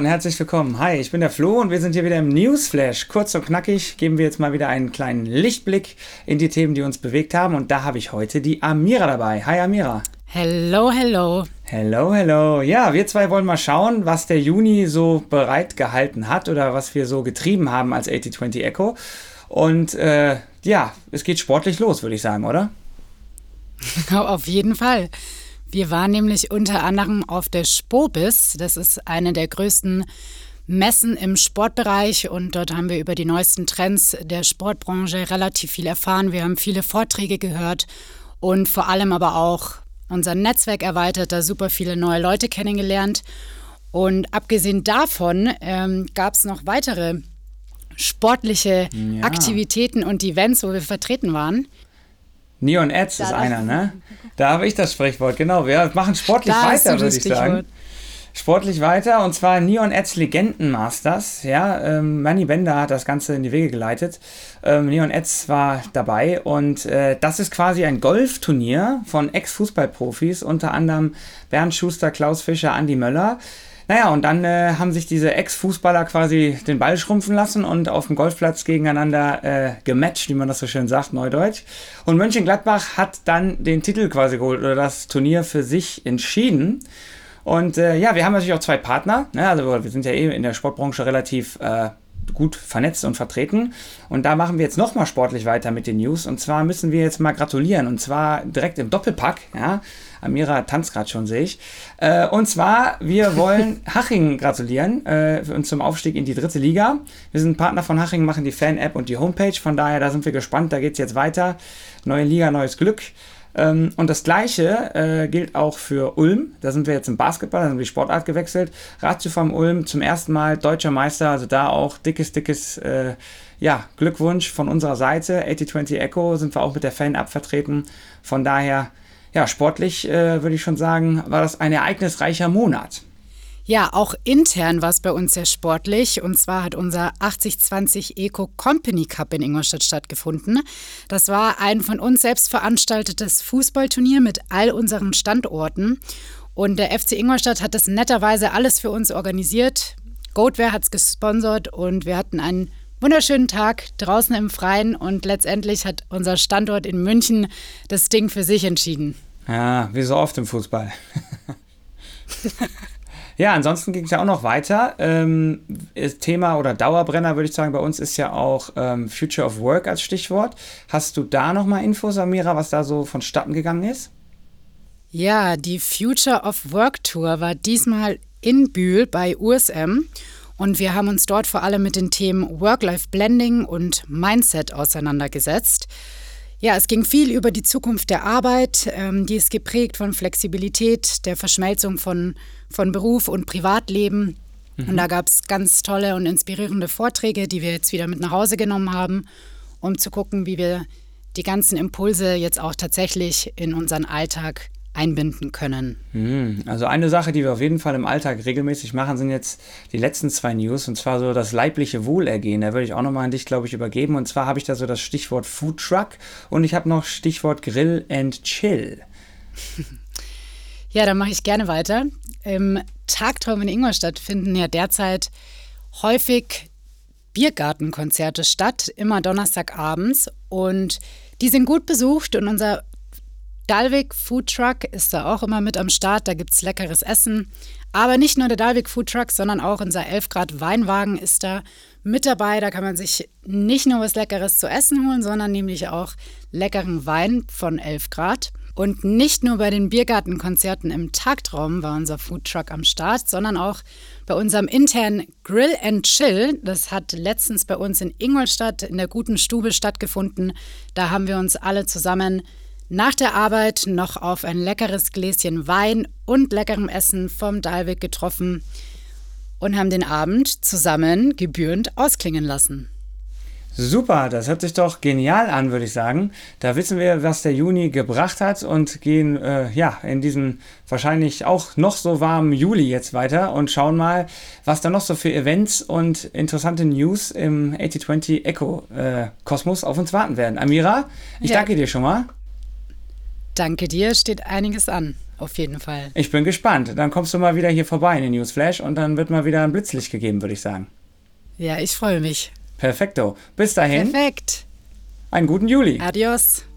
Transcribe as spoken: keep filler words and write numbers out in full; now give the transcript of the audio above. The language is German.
herzlich willkommen. Hi, ich bin der Flo und wir sind hier wieder im Newsflash. Kurz und knackig geben wir jetzt mal wieder einen kleinen Lichtblick in die Themen, die uns bewegt haben. Und da habe ich heute die Amira dabei. Hi Amira. Hello, hello. Hello, hello. Ja, wir zwei wollen mal schauen, was der Juni so bereitgehalten hat oder was wir so getrieben haben als achtzig zwanzig Echo. Und äh, ja, es geht sportlich los, würde ich sagen, oder? Auf jeden Fall. Wir waren nämlich unter anderem auf der Spobis. Das ist eine der größten Messen im Sportbereich und dort haben wir über die neuesten Trends der Sportbranche relativ viel erfahren. Wir haben viele Vorträge gehört und vor allem aber auch unser Netzwerk erweitert, da super viele neue Leute kennengelernt. Und abgesehen davon ähm, gab es noch weitere sportliche ja. Aktivitäten und Events, wo wir vertreten waren. Neon Ads da ist einer, ne? Da habe ich das Sprichwort, genau. Wir machen sportlich da weiter, würde ich sagen. Sportlich weiter und zwar Neon Ads Legenden Masters. Ja, ähm, Manny Bender hat das Ganze in die Wege geleitet. Ähm, Neon Ads war dabei und äh, das ist quasi ein Golfturnier von Ex-Fußballprofis, unter anderem Bernd Schuster, Klaus Fischer, Andi Möller. Naja, und dann äh, haben sich diese Ex-Fußballer quasi den Ball schrumpfen lassen und auf dem Golfplatz gegeneinander äh, gematcht, wie man das so schön sagt, Neudeutsch. Und Mönchengladbach hat dann den Titel quasi geholt oder das Turnier für sich entschieden. Und äh, ja, wir haben natürlich auch zwei Partner. Ne? Also wir sind ja eh in der Sportbranche relativ äh, gut vernetzt und vertreten. Und da machen wir jetzt nochmal sportlich weiter mit den News. Und zwar müssen wir jetzt mal gratulieren. Und zwar direkt im Doppelpack. Ja? Amira tanzt gerade schon, sehe ich. Äh, und zwar, wir wollen Haching gratulieren äh, für uns zum Aufstieg in die dritte Liga. Wir sind Partner von Haching, machen die Fan-App und die Homepage. Von daher, da sind wir gespannt. Da geht es jetzt weiter. Neue Liga, neues Glück. Ähm, und das Gleiche äh, gilt auch für Ulm. Da sind wir jetzt im Basketball, da haben wir die Sportart gewechselt. Ratiofarm Ulm zum ersten Mal deutscher Meister. Also da auch dickes, dickes äh, ja, Glückwunsch von unserer Seite. achtzig zwanzig Echo sind wir auch mit der Fan-App vertreten. Von daher... Ja, sportlich äh, würde ich schon sagen, war das ein ereignisreicher Monat. Ja, auch intern war es bei uns sehr sportlich. Und zwar hat unser achtzig zwanzig Eco Company Cup in Ingolstadt stattgefunden. Das war ein von uns selbst veranstaltetes Fußballturnier mit all unseren Standorten. Und der F C Ingolstadt hat das netterweise alles für uns organisiert. Goatware hat es gesponsert und wir hatten einen wunderschönen Tag draußen im Freien und letztendlich hat unser Standort in München das Ding für sich entschieden. Ja, wie so oft im Fußball. Ja, ansonsten ging es ja auch noch weiter. Ähm, Thema oder Dauerbrenner, würde ich sagen, bei uns ist ja auch ähm, Future of Work als Stichwort. Hast du da nochmal Infos, Amira, was da so vonstatten gegangen ist? Ja, die Future of Work Tour war diesmal in Bühl bei U S M. Und wir haben uns dort vor allem mit den Themen Work-Life-Blending und Mindset auseinandergesetzt. Ja, es ging viel über die Zukunft der Arbeit, ähm, die ist geprägt von Flexibilität, der Verschmelzung von, von Beruf und Privatleben. Mhm. Und da gab es ganz tolle und inspirierende Vorträge, die wir jetzt wieder mit nach Hause genommen haben, um zu gucken, wie wir die ganzen Impulse jetzt auch tatsächlich in unseren Alltag einbinden können. Also eine Sache, die wir auf jeden Fall im Alltag regelmäßig machen, sind jetzt die letzten zwei News, und zwar so das leibliche Wohlergehen. Da würde ich auch nochmal an dich, glaube ich, übergeben. Und zwar habe ich da so das Stichwort Food Truck und ich habe noch Stichwort Grill and Chill. Ja, dann mache ich gerne weiter. Im Tagtraum in Ingolstadt finden ja derzeit häufig Biergartenkonzerte statt, immer donnerstagabends. Und die sind gut besucht und unser Dalvik Food Truck ist da auch immer mit am Start, da gibt es leckeres Essen. Aber nicht nur der Dalvik Food Truck, sondern auch unser elf Grad Weinwagen ist da mit dabei. Da kann man sich nicht nur was Leckeres zu essen holen, sondern nämlich auch leckeren Wein von elf Grad. Und nicht nur bei den Biergartenkonzerten im Tagtraum war unser Food Truck am Start, sondern auch bei unserem internen Grill and Chill. Das hat letztens bei uns in Ingolstadt in der Guten Stube stattgefunden. Da haben wir uns alle zusammen nach der Arbeit noch auf ein leckeres Gläschen Wein und leckerem Essen vom Dalvik getroffen und haben den Abend zusammen gebührend ausklingen lassen. Super, das hört sich doch genial an, würde ich sagen. Da wissen wir, was der Juni gebracht hat und gehen äh, ja in diesen wahrscheinlich auch noch so warmen Juli jetzt weiter und schauen mal, was da noch so für Events und interessante News im achtzig zwanzig Echo äh, Kosmos auf uns warten werden. Amira, ich ja. danke dir schon mal. Danke dir, steht einiges an, auf jeden Fall. Ich bin gespannt. Dann kommst du mal wieder hier vorbei in den Newsflash und dann wird mal wieder ein Blitzlicht gegeben, würde ich sagen. Ja, ich freue mich. Perfekto. Bis dahin. Perfekt. Einen guten Juli. Adios.